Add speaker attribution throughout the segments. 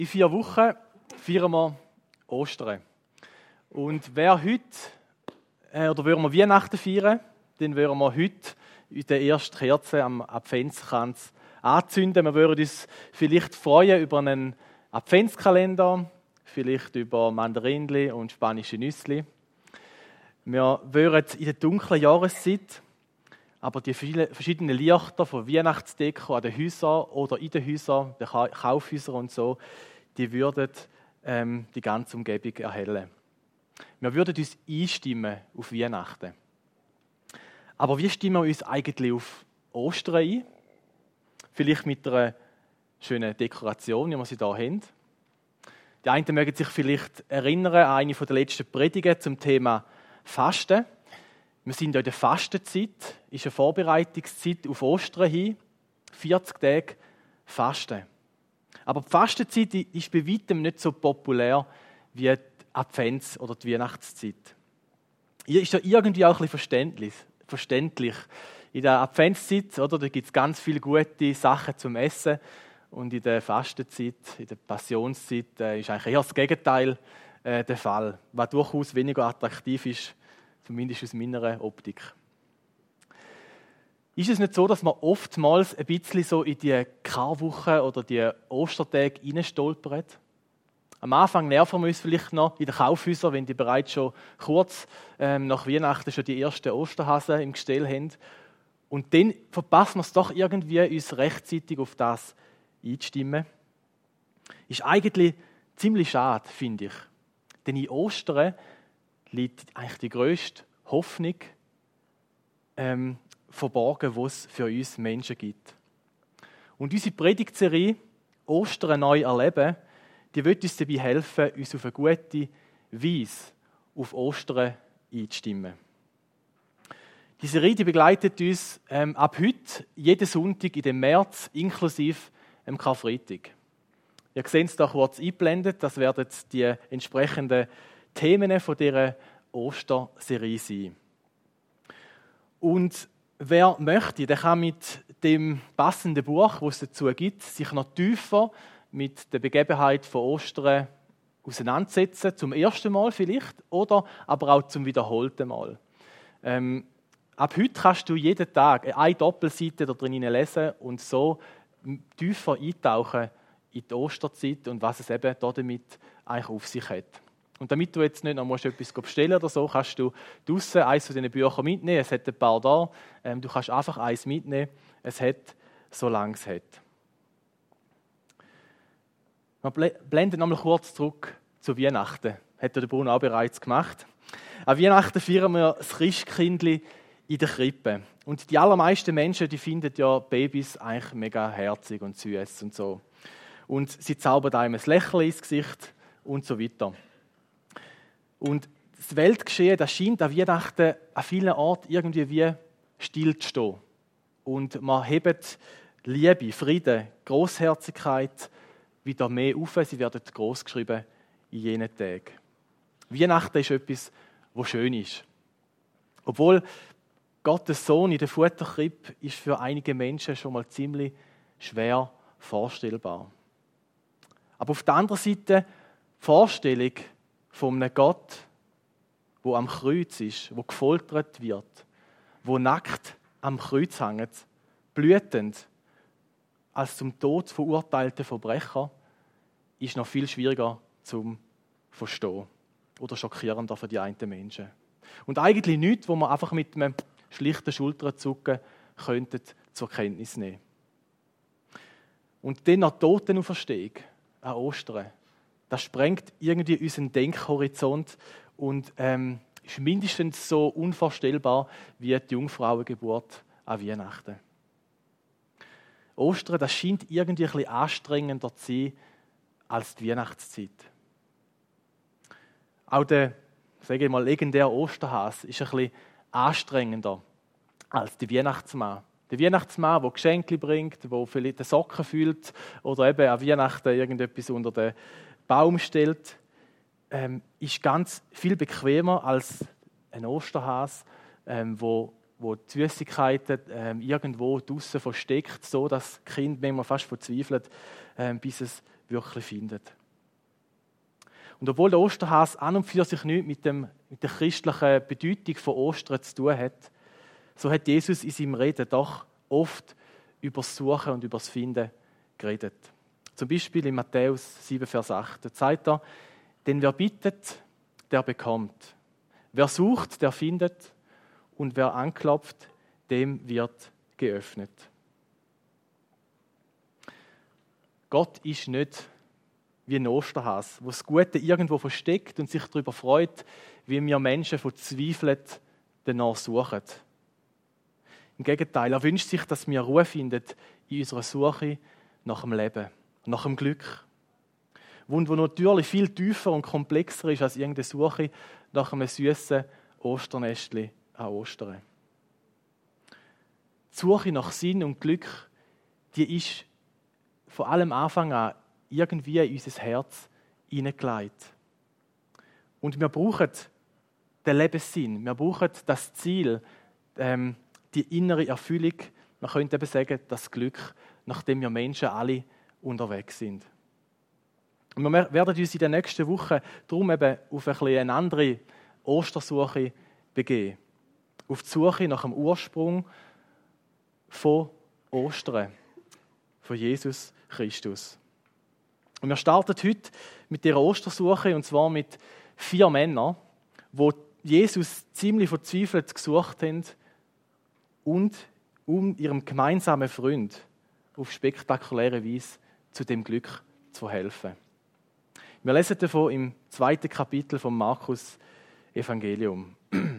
Speaker 1: In 4 Wochen feiern wir Ostern. Und wer heute, oder würden wir Weihnachten feiern, dann würden wir heute in der ersten Kerze am Adventskranz anzünden. Wir würden uns vielleicht freuen über einen Adventskalender, vielleicht über Mandarinli und spanische Nüssli. Wir würden in der dunklen Jahreszeit aber die vielen verschiedenen Lichter von Weihnachtsdeko an den Häusern oder in den Häusern, den Kaufhäusern und so, die würden die ganze Umgebung erhellen. Wir würden uns einstimmen auf Weihnachten. Aber wie stimmen wir uns eigentlich auf Ostern ein? Vielleicht mit einer schönen Dekoration, wie wir sie hier haben. Die einen mögen sich vielleicht erinnern an eine der letzten Predigen zum Thema Fasten. Wir sind ja in der Fastenzeit, ist eine Vorbereitungszeit auf Ostern hin, 40 Tage Fasten. Aber die Fastenzeit ist bei weitem nicht so populär wie die Advents- oder die Weihnachtszeit. Hier ist ja irgendwie auch ein bisschen verständlich. In der Adventszeit, oder, da gibt es ganz viele gute Sachen zum Essen. Und in der Fastenzeit, in der Passionszeit, ist eigentlich eher das Gegenteil der Fall, was durchaus weniger attraktiv ist, zumindest aus meiner Optik. Ist es nicht so, dass man oftmals ein bisschen so in die Karwoche oder die Ostertage hineinstolpern? Am Anfang nerven wir uns vielleicht noch in den Kaufhäusern, wenn die bereits schon kurz nach Weihnachten schon die ersten Osterhasen im Gestell haben. Und dann verpassen wir es doch irgendwie, uns rechtzeitig auf das einzustimmen. Ist eigentlich ziemlich schade, finde ich. Denn in Ostern liegt eigentlich die grösste Hoffnung verborgen, die es für uns Menschen gibt. Und unsere Predigtserie «Ostern neu erleben», die wird uns dabei helfen, uns auf eine gute Weise auf Ostern einzustimmen. Die Serie die begleitet uns ab heute jeden Sonntag in dem März, inklusive dem Karfreitag. Ihr seht es da kurz eingeblendet, das werden die entsprechenden Themen von dieser Osterserie sein. Und wer möchte, der kann mit dem passenden Buch, das es dazu gibt, sich noch tiefer mit der Begebenheit von Ostern auseinandersetzen, zum ersten Mal vielleicht, oder aber auch zum wiederholten Mal. Ab heute kannst du jeden Tag eine Doppelseite da drin lesen und so tiefer eintauchen in die Osterzeit und was es eben damit eigentlich auf sich hat. Und damit du jetzt nicht noch etwas bestellen oder so, kannst du draussen eines von diesen Büchern mitnehmen. Es hat ein paar da. Du kannst einfach eins mitnehmen. Es hat, solange es hat. Wir blenden nochmal kurz zurück zu Weihnachten. Hat der Bruno auch bereits gemacht. An Weihnachten feiern wir das Christkindli in der Krippe. Und die allermeisten Menschen, die finden ja Babys eigentlich mega herzig und süß und so. Und sie zaubern einem ein Lächeln ins Gesicht und so weiter. Und das Weltgeschehen, das scheint an Weihnachten an vielen Orten irgendwie wie still zu stehen. Und man hebt Liebe, Frieden, Grossherzigkeit wieder mehr auf. Sie werden gross geschrieben in jenen Tagen. Weihnachten ist etwas, was schön ist. Obwohl Gottes Sohn in der Futterkrippe ist für einige Menschen schon mal ziemlich schwer vorstellbar. Aber auf der anderen Seite die Vorstellung von einem Gott, der am Kreuz ist, der gefoltert wird, der nackt am Kreuz hängt, blütend, als zum Tod verurteilte Verbrecher, ist noch viel schwieriger zu verstehen oder schockierender für die einen Menschen. Und eigentlich nichts, wo man einfach mit einem schlichten Schulterzucken könnten zur Kenntnis nehmen. Und dann an die Totenauferstehung, an Ostern, das sprengt irgendwie unseren Denkhorizont und ist mindestens so unvorstellbar wie die Jungfrauengeburt an Weihnachten. Ostern, das scheint irgendwie ein bisschen anstrengender zu sein als die Weihnachtszeit. Auch der, sage ich mal, legendäre Osterhase ist ein bisschen anstrengender als der Weihnachtsmann. Der Weihnachtsmann, der Geschenke bringt, der vielleicht den Socken füllt oder eben an Weihnachten irgendetwas unter den Baum stellt, ist ganz viel bequemer als ein Osterhase, wo die Süßigkeiten irgendwo draussen versteckt, so dass das Kind manchmal fast verzweifelt, bis es wirklich findet. Und obwohl der Osterhase an und für sich nichts mit der christlichen Bedeutung von Ostern zu tun hat, so hat Jesus in seinem Reden doch oft über das Suchen und über das Finden geredet. Zum Beispiel in Matthäus 7, Vers 8. Da sagt er, denn wer bittet, der bekommt. Wer sucht, der findet. Und wer anklopft, dem wird geöffnet. Gott ist nicht wie ein Osterhase, wo das Gute irgendwo versteckt und sich darüber freut, wie wir Menschen verzweifelt danach suchen. Im Gegenteil, er wünscht sich, dass wir Ruhe finden in unserer Suche nach dem Leben, nach dem Glück. Wo natürlich viel tiefer und komplexer ist als irgendeine Suche nach einem süßen Osternestli an Ostern. Die Suche nach Sinn und Glück, die ist von allem Anfang an irgendwie in unser Herz hineingelegt. Und wir brauchen den Lebenssinn, wir brauchen das Ziel, die innere Erfüllung, man könnte eben sagen, das Glück, nachdem wir Menschen alle unterwegs sind. Und wir werden uns in den nächsten Wochen darum eben auf eine andere Ostersuche begeben. Auf die Suche nach dem Ursprung von Ostern, von Jesus Christus. Und wir starten heute mit dieser Ostersuche, und zwar mit 4 Männern, die Jesus ziemlich verzweifelt gesucht haben und um ihrem gemeinsamen Freund auf spektakuläre Weise zu dem Glück zu helfen. Wir lesen davon im 2. Kapitel vom Markus-Evangelium.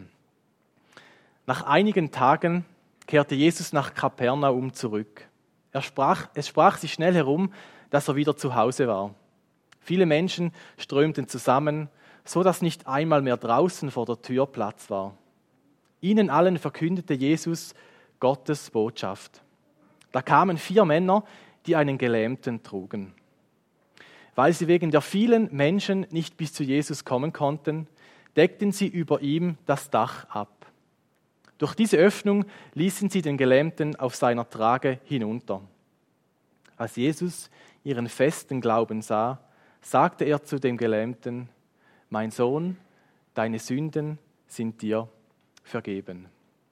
Speaker 1: Nach einigen Tagen kehrte Jesus nach Kapernaum zurück. Es sprach sich schnell herum, dass er wieder zu Hause war. Viele Menschen strömten zusammen, so dass nicht einmal mehr draußen vor der Tür Platz war. Ihnen allen verkündete Jesus Gottes Botschaft. Da kamen 4 Männer, die einen Gelähmten trugen. Weil sie wegen der vielen Menschen nicht bis zu Jesus kommen konnten, deckten sie über ihm das Dach ab. Durch diese Öffnung ließen sie den Gelähmten auf seiner Trage hinunter. Als Jesus ihren festen Glauben sah, sagte er zu dem Gelähmten: Mein Sohn, deine Sünden sind dir vergeben.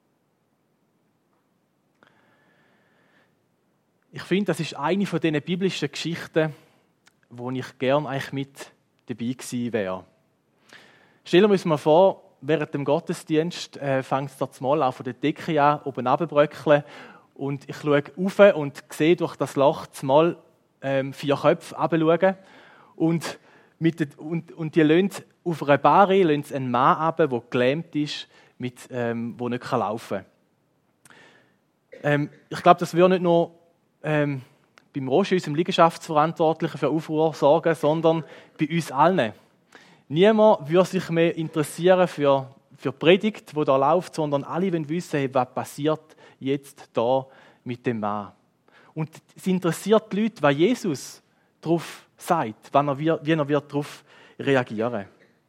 Speaker 1: Ich finde, das ist eine von diesen biblischen Geschichten, wo ich gerne eigentlich mit dabei gewesen wäre. Stellen wir uns mal vor, während dem Gottesdienst fängt es das mal auch von der Decke an, oben runterbröckeln, und ich schaue rauf und sehe durch das Loch mal 4 Köpfe runterschauen und die lassen auf einer Bahre einen Mann runter, der gelähmt ist, der nicht laufen kann. Ich glaube, das würde nicht nur beim Roger, unserem Liegenschaftsverantwortlichen, für Aufruhr sorgen, sondern bei uns allen. Niemand würde sich mehr interessieren für die Predigt, die da läuft, sondern alle wollen wissen, was passiert jetzt da mit dem Mann. Und es interessiert die Leute, was Jesus darauf sagt, wie er wird darauf reagieren.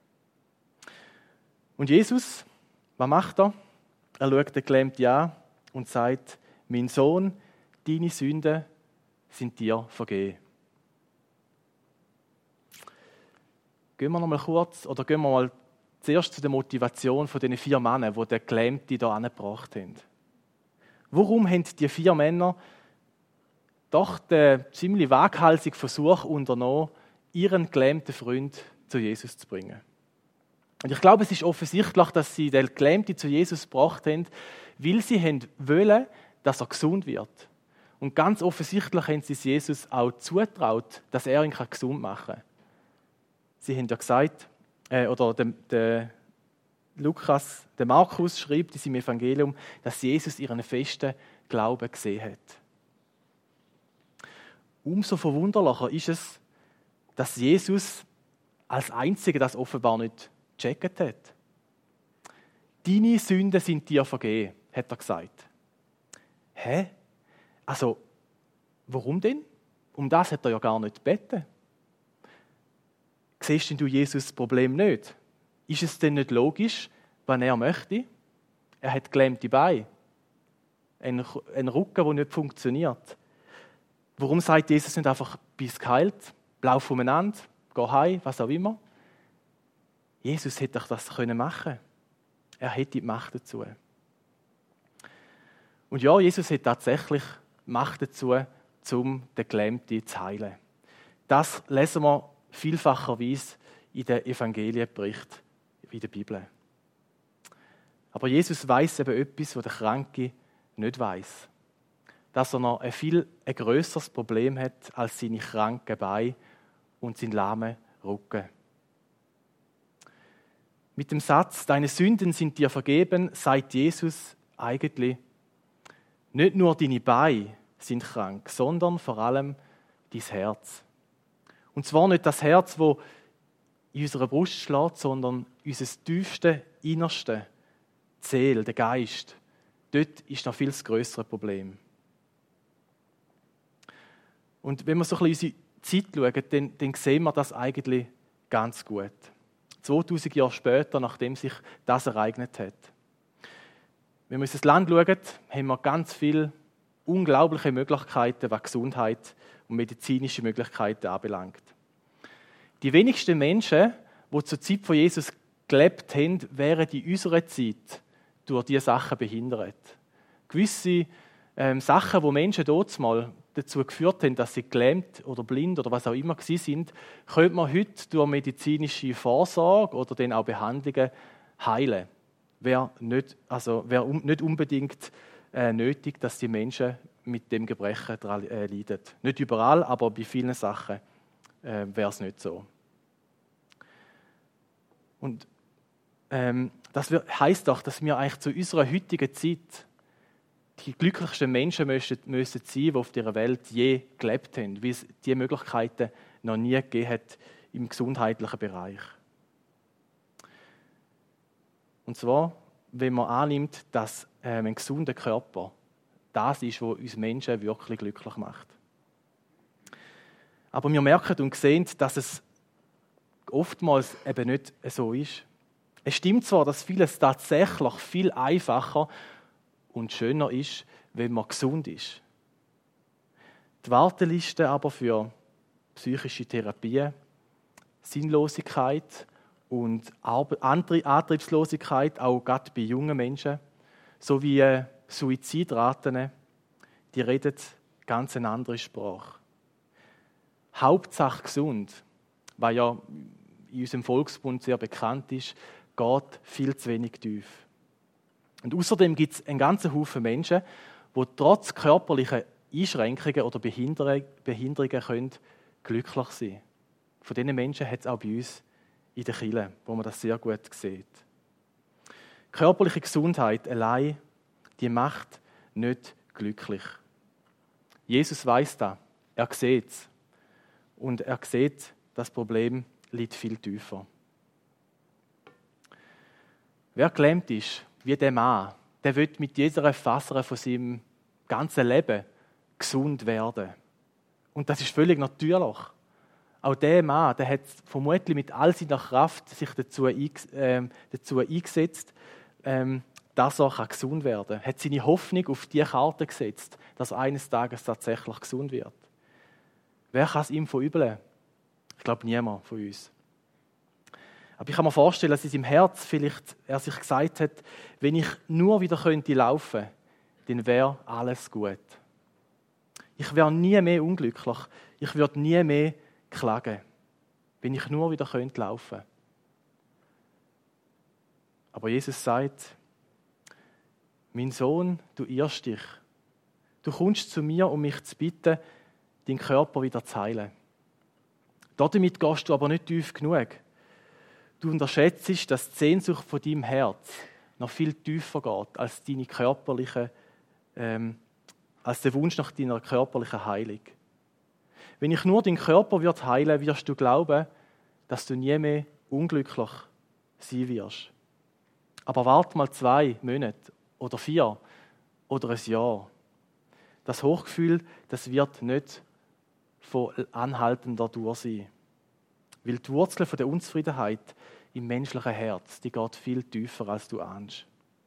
Speaker 1: Und Jesus, was macht er? Er schaut den Gelähmten an und sagt: Mein Sohn, deine Sünden sind dir vergeben. Gehen wir mal zuerst zu der Motivation von diesen 4 Männern, die den Gelähmten hier angebracht haben. Warum haben die 4 Männer doch den ziemlich waghalsigen Versuch unternommen, ihren gelähmten Freund zu Jesus zu bringen? Und ich glaube, es ist offensichtlich, dass sie den Gelähmten zu Jesus gebracht haben, weil sie wollen, dass er gesund wird. Und ganz offensichtlich haben sie es Jesus auch zutraut, dass er ihn gesund machen kann. Sie haben ja gesagt, der Markus schreibt in seinem Evangelium, dass Jesus ihren festen Glauben gesehen hat. Umso verwunderlicher ist es, dass Jesus als Einziger das offenbar nicht gecheckt hat. Deine Sünden sind dir vergeben, hat er gesagt. Hä? Also, warum denn? Um das hat er ja gar nicht gebeten. Siehst denn du Jesus das Problem nicht? Ist es denn nicht logisch, wenn er möchte? Er hat gelähmte Beine, einen Rücken, der nicht funktioniert. Warum sagt Jesus nicht einfach, bist geheilt, lauf umeinander, geh heim, was auch immer. Jesus hätte doch das machen können. Er hätte die Macht dazu. Und ja, Jesus hat tatsächlich Macht dazu, um den Gelähmten zu heilen. Das lesen wir vielfacherweise in den Evangelienberichten wie in der Bibel. Aber Jesus weiß eben etwas, was der Kranke nicht weiß. Dass er noch ein viel grösseres Problem hat als seine kranken Beine und sein lahmer Rücken. Mit dem Satz, deine Sünden sind dir vergeben, sagt Jesus eigentlich, nicht nur deine Beine sind krank, sondern vor allem dein Herz. Und zwar nicht das Herz, das in unserer Brust schlägt, sondern unser tiefste, innerste, die Seele, der Geist. Dort ist noch viel das grössere Problem. Und wenn wir so ein bisschen unsere Zeit schauen, dann sehen wir das eigentlich ganz gut. 2000 Jahre später, nachdem sich das ereignet hat. Wenn wir uns das Land schauen, haben wir ganz viele unglaubliche Möglichkeiten, was Gesundheit und medizinische Möglichkeiten anbelangt. Die wenigsten Menschen, die zur Zeit von Jesus gelebt haben, wären in unserer Zeit durch diese Sachen behindert. Gewisse Sachen, die Menschen dort mal dazu geführt haben, dass sie gelähmt oder blind oder was auch immer sind, könnte man heute durch medizinische Vorsorge oder dann auch Behandlungen heilen. Wäre nicht unbedingt nötig, dass die Menschen mit dem Gebrechen leiden. Nicht überall, aber bei vielen Sachen wäre es nicht so. Und das heisst doch, dass wir eigentlich zu unserer heutigen Zeit die glücklichsten Menschen müssen sein, die auf dieser Welt je gelebt haben, weil es diese Möglichkeiten noch nie gegeben hat im gesundheitlichen Bereich. Und zwar, wenn man annimmt, dass ein gesunder Körper das ist, was uns Menschen wirklich glücklich macht. Aber wir merken und sehen, dass es oftmals eben nicht so ist. Es stimmt zwar, dass vieles tatsächlich viel einfacher und schöner ist, wenn man gesund ist. Die Warteliste aber für psychische Therapien, Sinnlosigkeit und Antriebslosigkeit, auch gerade bei jungen Menschen, sowie Suizidraten, die reden ganz eine andere Sprache. Hauptsache gesund, was ja in unserem Volksbund sehr bekannt ist, geht viel zu wenig tief. Und außerdem gibt es einen ganzen Haufen Menschen, die trotz körperlicher Einschränkungen oder Behinderungen können glücklich sein können. Von diesen Menschen hat es auch bei uns in der Kirche, wo man das sehr gut sieht. Körperliche Gesundheit allein, die macht nicht glücklich. Jesus weiß das, er sieht es. Und er sieht, das Problem liegt viel tiefer. Wer gelähmt ist, wie der Mann, der will mit jeder Faser von seinem ganzen Leben gesund werden. Und das ist völlig natürlich. Auch der Mann, der hat vermutlich mit all seiner Kraft sich dazu eingesetzt, dass er gesund werden kann. Er hat seine Hoffnung auf die Karte gesetzt, dass er eines Tages tatsächlich gesund wird. Wer kann es ihm verübeln? Ich glaube, niemand von uns. Aber ich kann mir vorstellen, dass in seinem Herz vielleicht er sich gesagt hat, wenn ich nur wieder laufen könnte, dann wäre alles gut. Ich wäre nie mehr unglücklich. Ich würde nie mehr klagen, wenn ich nur wieder laufen könnte. Aber Jesus sagt, mein Sohn, du irrst dich. Du kommst zu mir, um mich zu bitten, deinen Körper wieder zu heilen. Damit gehst du aber nicht tief genug. Du unterschätzt, dass die Sehnsucht von deinem Herz noch viel tiefer geht als deine körperliche, als der Wunsch nach deiner körperlichen Heilung. Wenn ich nur deinen Körper heilen würde, wirst du glauben, dass du nie mehr unglücklich sein wirst. Aber warte mal 2 Monate oder 4 oder ein Jahr. Das Hochgefühl, das wird nicht von anhaltender Dauer sein. Weil die Wurzel der Unzufriedenheit im menschlichen Herz, die geht viel tiefer, als du ahnst.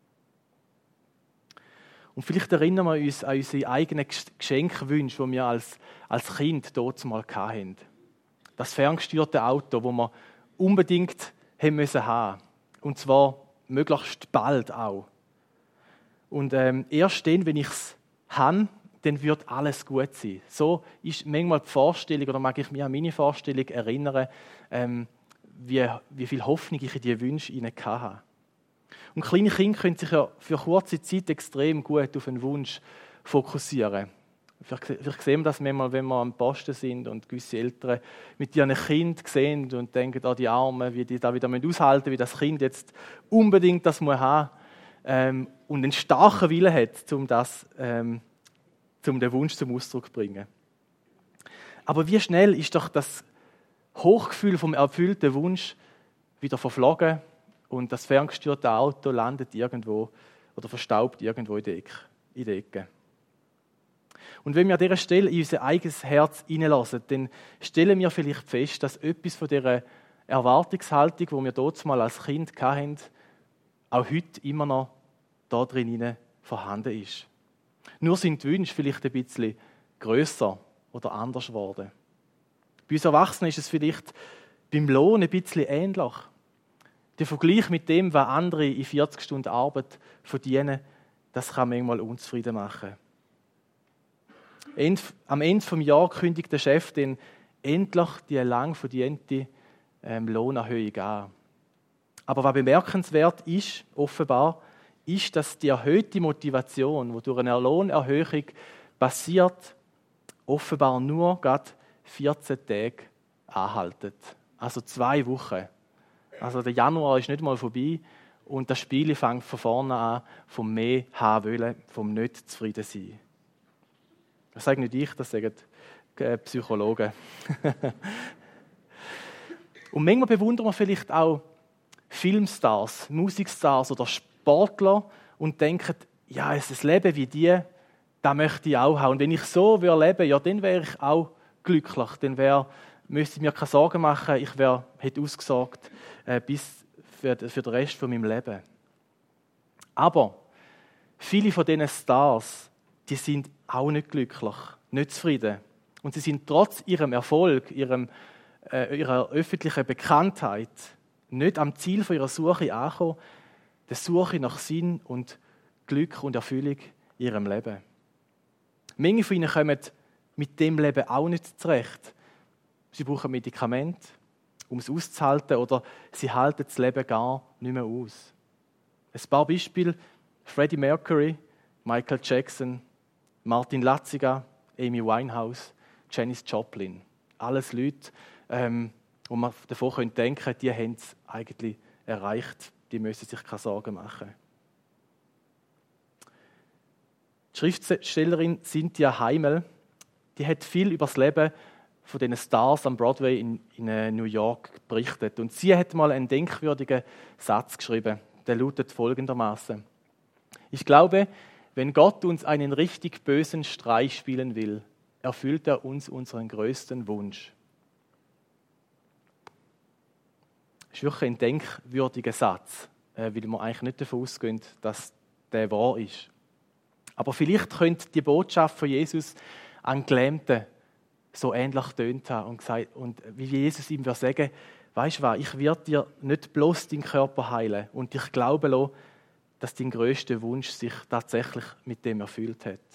Speaker 1: Und vielleicht erinnern wir uns an unsere eigenen Geschenkwünsche, die wir als Kind dort mal hatten. das ferngesteuerte Auto, das wir unbedingt haben müssen haben. Und zwar möglichst bald auch. Und erst dann, wenn ich es habe, dann wird alles gut sein. So ist manchmal die Vorstellung, oder mag ich mich an meine Vorstellung erinnern, wie viel Hoffnung ich in diese Wünsche hatte. Und kleine Kinder können sich ja für kurze Zeit extrem gut auf einen Wunsch fokussieren. Vielleicht sehen wir das manchmal, wenn wir am Posten sind und gewisse Eltern mit ihren Kindern sehen und denken, die Armen, wie die da wieder aushalten müssen, wie das Kind jetzt unbedingt das muss haben und einen starken Willen hat, um den Wunsch zum Ausdruck zu bringen. Aber wie schnell ist doch das Hochgefühl vom erfüllten Wunsch wieder verflogen und das ferngesteuerte Auto landet irgendwo oder verstaubt irgendwo in der Ecke. Und wenn wir an dieser Stelle in unser eigenes Herz hineinlassen, dann stellen wir vielleicht fest, dass etwas von dieser Erwartungshaltung, die wir dort mal als Kind hatten, auch heute immer noch da drin vorhanden ist. Nur sind die Wünsche vielleicht ein bisschen grösser oder anders geworden. Bei uns Erwachsenen ist es vielleicht beim Lohn ein bisschen ähnlich. Der Vergleich mit dem, was andere in 40 Stunden Arbeit verdienen, das kann manchmal unzufrieden machen. Am Ende des Jahres kündigt der Chef dann endlich die lang verdiente Lohnerhöhung an. Aber was bemerkenswert ist, offenbar, ist, dass die erhöhte Motivation, die durch eine Lohnerhöhung passiert, offenbar nur gerade 14 Tage anhalten. Also 2 Wochen. Also der Januar ist nicht mal vorbei und das Spiel fängt von vorne an, vom mehr haben wollen, vom nicht zufrieden sein. Das sage nicht ich, das sagen Psychologen. Und manchmal bewundern wir vielleicht auch Filmstars, Musikstars oder Sportler und denken, ja, ein Leben wie die, das möchte ich auch haben. Und wenn ich so leben würde, ja, dann wäre ich auch glücklich. Dann müsste ich mir keine Sorgen machen, ich hätte ausgesorgt bis für den Rest von meinem Leben. Aber viele von diesen Stars, die sind auch nicht glücklich, nicht zufrieden. Und sie sind trotz ihrem Erfolg, ihrer öffentlichen Bekanntheit nicht am Ziel von ihrer Suche angekommen, der Suche nach Sinn und Glück und Erfüllung in ihrem Leben. Manche von ihnen kommen mit dem Leben auch nicht zurecht. Sie brauchen Medikamente, um es auszuhalten, oder sie halten das Leben gar nicht mehr aus. Ein paar Beispiele: Freddie Mercury, Michael Jackson, Martin Latziga, Amy Winehouse, Janis Joplin. Alles Leute, wo man davon denken könnte, die haben es eigentlich erreicht, die müssen sich keine Sorgen machen. Die Schriftstellerin Cynthia Heimel, die hat viel über das Leben von diesen Stars am Broadway in New York berichtet. Und sie hat mal einen denkwürdigen Satz geschrieben, der lautet folgendermaßen: Ich glaube, wenn Gott uns einen richtig bösen Streich spielen will, erfüllt er uns unseren größten Wunsch. Das ist wirklich ein denkwürdiger Satz, weil wir eigentlich nicht davon ausgehen, dass der wahr ist. Aber vielleicht könnte die Botschaft von Jesus an Gelähmten so ähnlich getönt haben und wie Jesus ihm würde sagen, weisst du was, ich werde dir nicht bloß deinen Körper heilen und dich glauben lassen, dass dein grösster Wunsch sich tatsächlich mit dem erfüllt hat.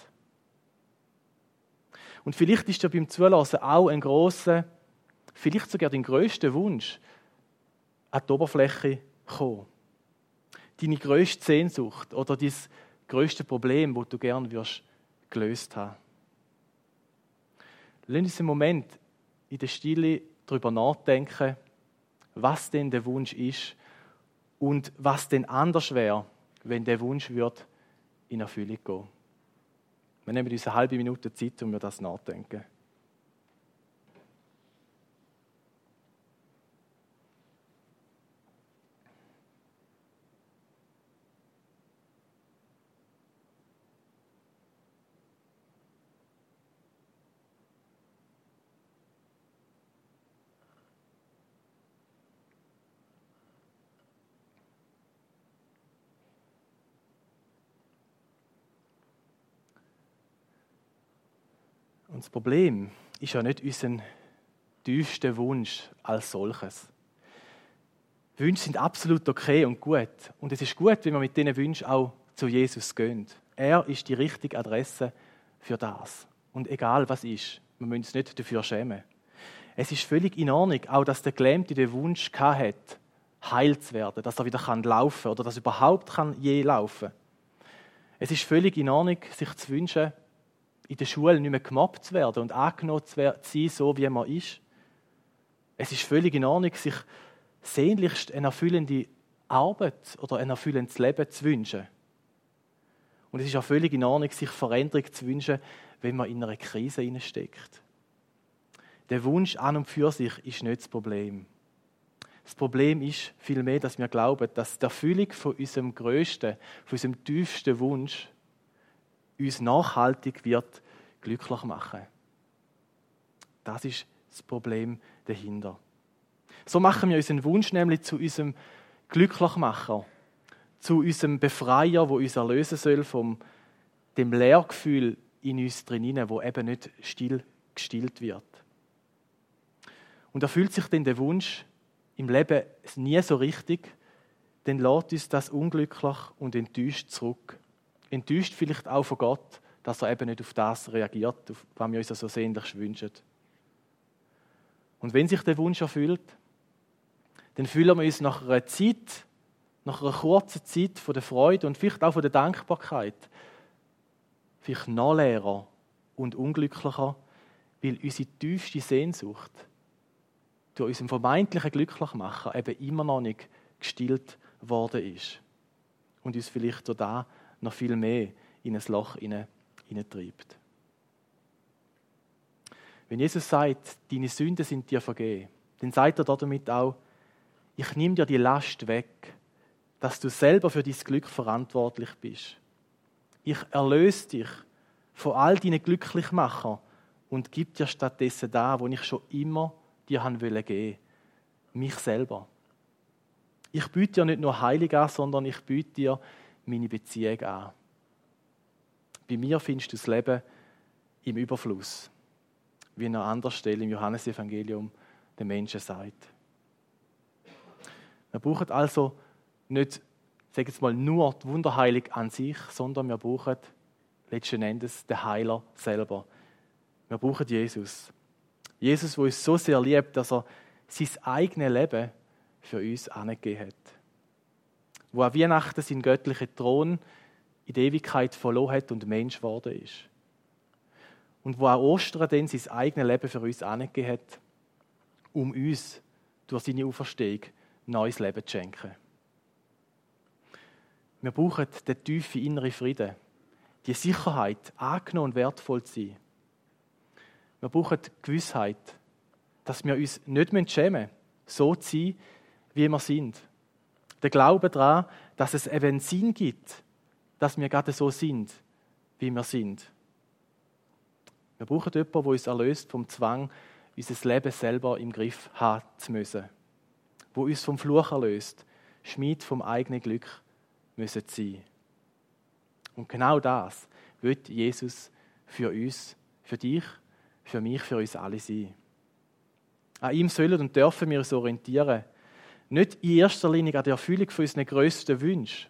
Speaker 1: Und vielleicht ist dir beim Zulassen auch ein grosser, vielleicht sogar dein grösster Wunsch an die Oberfläche gekommen. Deine grösste Sehnsucht oder dein grösste Problem, das du gerne gelöst haben. Lass uns einen Moment in der Stille darüber nachdenken, was denn der Wunsch ist und was denn anders wäre, wenn der Wunsch in Erfüllung gehen. Wir nehmen uns eine halbe Minute Zeit, um über das nachzudenken. Und das Problem ist ja nicht unser tiefsten Wunsch als solches. Wünsche sind absolut okay und gut. Und es ist gut, wenn wir mit diesen Wünschen auch zu Jesus gehen. Er ist die richtige Adresse für das. Und egal was ist, wir müssen uns nicht dafür schämen. Es ist völlig in Ordnung, auch dass der Gelähmte den Wunsch hatte, heil zu werden, dass er wieder laufen kann oder dass er überhaupt je laufen kann. Es ist völlig in Ordnung, sich zu wünschen, in der Schule nicht mehr gemobbt zu werden und angenommen zu sein, so wie man ist. Es ist völlig in Ordnung, sich sehnlichst eine erfüllende Arbeit oder ein erfüllendes Leben zu wünschen. Und es ist auch völlig in Ordnung, sich Veränderung zu wünschen, wenn man in einer Krise steckt. Der Wunsch an und für sich ist nicht das Problem. Das Problem ist vielmehr, dass wir glauben, dass die Erfüllung von unserem grössten, von unserem tiefsten Wunsch uns nachhaltig wird glücklich machen. Das ist das Problem dahinter. So machen wir unseren Wunsch nämlich zu unserem Glücklichmacher, zu unserem Befreier, der uns erlösen soll von dem Leergefühl in uns drinnen, wo eben nicht gestillt wird. Und erfüllt sich denn der Wunsch im Leben nie so richtig, dann lässt uns das unglücklich und enttäuscht zurück. Enttäuscht vielleicht auch von Gott, dass er eben nicht auf das reagiert, auf was wir uns so sehnlich wünschen. Und wenn sich der Wunsch erfüllt, dann fühlen wir uns nach einer Zeit, nach einer kurzen Zeit von der Freude und vielleicht auch von der Dankbarkeit, vielleicht noch leerer und unglücklicher, weil unsere tiefste Sehnsucht durch unseren vermeintlichen Glücklichmacher eben immer noch nicht gestillt worden ist und uns vielleicht da noch viel mehr in ein Loch hineintreibt. Wenn Jesus sagt, deine Sünden sind dir vergeben, dann sagt er damit auch, ich nehme dir die Last weg, dass du selber für dein Glück verantwortlich bist. Ich erlöse dich von all deinen Glücklichmachern und gebe dir stattdessen das, was ich schon immer dir geben wollte, mich selber. Ich biete dir nicht nur Heilung an, sondern ich biete dir meine Beziehung an. Bei mir findest du das Leben im Überfluss, wie an einer anderen Stelle im Johannesevangelium den Menschen sagt. Wir brauchen also nicht, sag jetzt mal, nur die Wunderheilung an sich, sondern wir brauchen letzten Endes den Heiler selber. Wir brauchen Jesus. Jesus, der uns so sehr liebt, dass er sein eigenes Leben für uns angegeben hat. Wo an Weihnachten seinen göttlichen Thron in der Ewigkeit verloren hat und Mensch geworden ist. Und wo an Ostern dann sein eigenes Leben für uns angegeben hat, um uns durch seine Auferstehung neues Leben zu schenken. Wir brauchen den tiefen inneren Frieden, die Sicherheit, angenommen und wertvoll zu sein. Wir brauchen die Gewissheit, dass wir uns nicht schämen müssen, so zu sein, wie wir sind. Der Glaube daran, dass es eben einen Sinn gibt, dass wir gerade so sind, wie wir sind. Wir brauchen jemanden, der uns erlöst vom Zwang, unser Leben selber im Griff haben zu müssen. Der uns vom Fluch erlöst, Schmied vom eigenen Glück müssen sein. Und genau das wird Jesus für uns, für dich, für mich, für uns alle sein. An ihm sollen und dürfen wir uns orientieren. Nicht in erster Linie an der Erfüllung von unseren grössten Wünschen.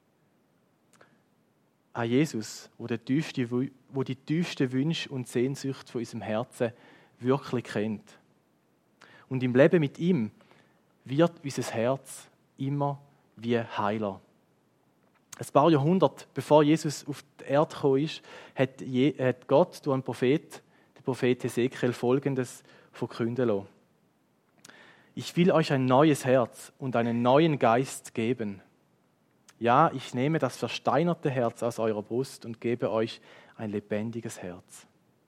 Speaker 1: An Jesus, wo die tiefsten Wünsche und Sehnsüchte von unserem Herzen wirklich kennt. Und im Leben mit ihm wird unser Herz immer wie heiler. Ein paar Jahrhunderte bevor Jesus auf die Erde gekommen ist, hat Gott durch einen Prophet, den Prophet Hesekiel, Folgendes verkünden lassen. Ich will euch ein neues Herz und einen neuen Geist geben. Ja, ich nehme das versteinerte Herz aus eurer Brust und gebe euch ein lebendiges Herz.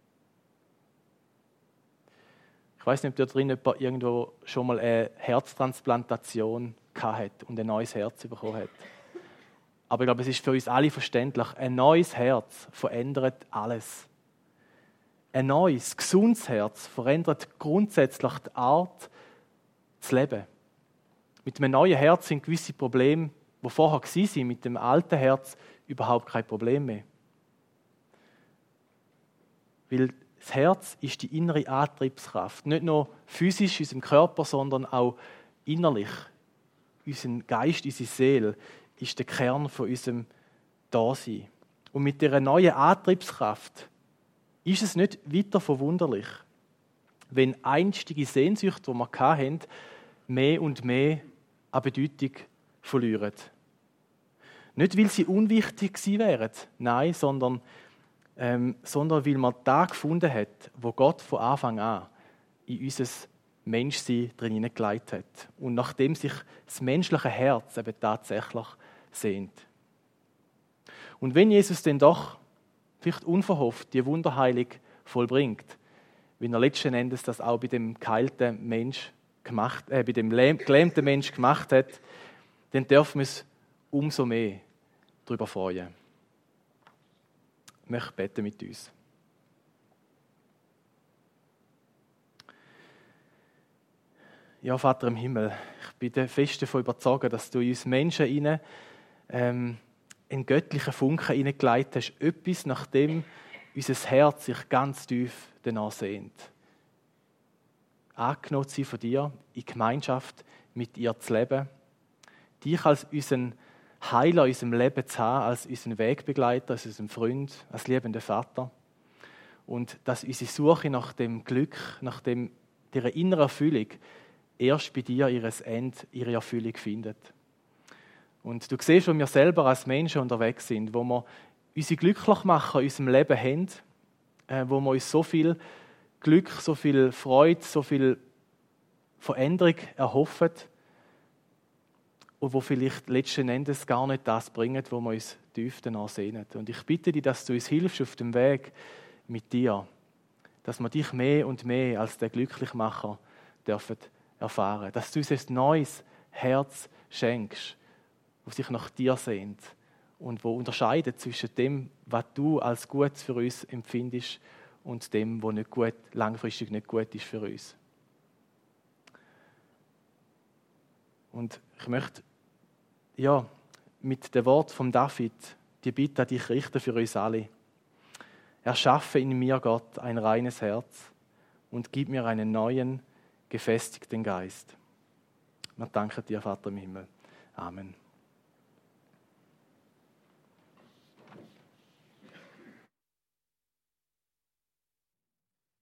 Speaker 1: Ich weiß nicht, ob da drin irgendwo schon mal eine Herztransplantation gehabt hat und ein neues Herz bekommen hat. Aber ich glaube, es ist für uns alle verständlich. Ein neues Herz verändert alles. Ein neues, gesundes Herz verändert grundsätzlich die Art zu leben. Mit einem neuen Herz sind gewisse Probleme, die vorher waren, mit dem alten Herz überhaupt kein Problem mehr. Weil Das Herz ist die innere Antriebskraft. Nicht nur physisch in unserem Körper, sondern auch innerlich. Unser Geist, unsere Seele ist der Kern von unserem Dasein. Und mit dieser neuen Antriebskraft ist es nicht weiter verwunderlich, wenn einstige Sehnsüchte, die wir hatten, mehr und mehr an Bedeutung verlieren. Nicht, weil sie unwichtig gewesen wären, nein, sondern weil man da gefunden hat, wo Gott von Anfang an in unser Menschsein drin hineingelegt hat. Und nachdem sich das menschliche Herz eben tatsächlich sehnt. Und wenn Jesus denn doch vielleicht unverhofft die Wunderheilung vollbringt, wie er letzten Endes das auch bei dem geheilten Mensch gemacht, bei dem gelähmten Mensch gemacht hat, dann dürfen wir uns umso mehr darüber freuen. Ich möchte beten mit uns. Ja, Vater im Himmel, ich bin fest davon überzeugt, dass du in uns Menschen hinein einen göttlichen Funken hineingelegt hast, etwas, nach dem unser Herz sich ganz tief danach sehnt. Angenommen zu sein von dir, in Gemeinschaft mit dir zu leben, dich als unseren Heiler in unserem Leben zu haben, als unseren Wegbegleiter, als unseren Freund, als liebenden Vater. Und dass unsere Suche nach dem Glück, nach dieser inneren Erfüllung erst bei dir ihres Ende, ihre Erfüllung findet. Und du siehst, wo wir selber als Menschen unterwegs sind, wo wir unsere Glücklichmacher in unserem Leben haben, wo wir uns so viel Glück, so viel Freude, so viel Veränderung erhoffen und wo vielleicht letzten Endes gar nicht das bringen, wo wir uns tief danach sehnen. Und ich bitte dich, dass du uns hilfst auf dem Weg mit dir, dass wir dich mehr und mehr als der Glücklichmacher dürfen erfahren, dass du uns ein neues Herz schenkst, das sich nach dir sehnt und wo unterscheidet zwischen dem, was du als gut für uns empfindest und dem, was nicht gut, langfristig nicht gut ist für uns. Und ich möchte mit dem Wort von David die Bitte an dich richten für uns alle. Erschaffe in mir, Gott, ein reines Herz und gib mir einen neuen, gefestigten Geist. Wir danken dir, Vater im Himmel. Amen.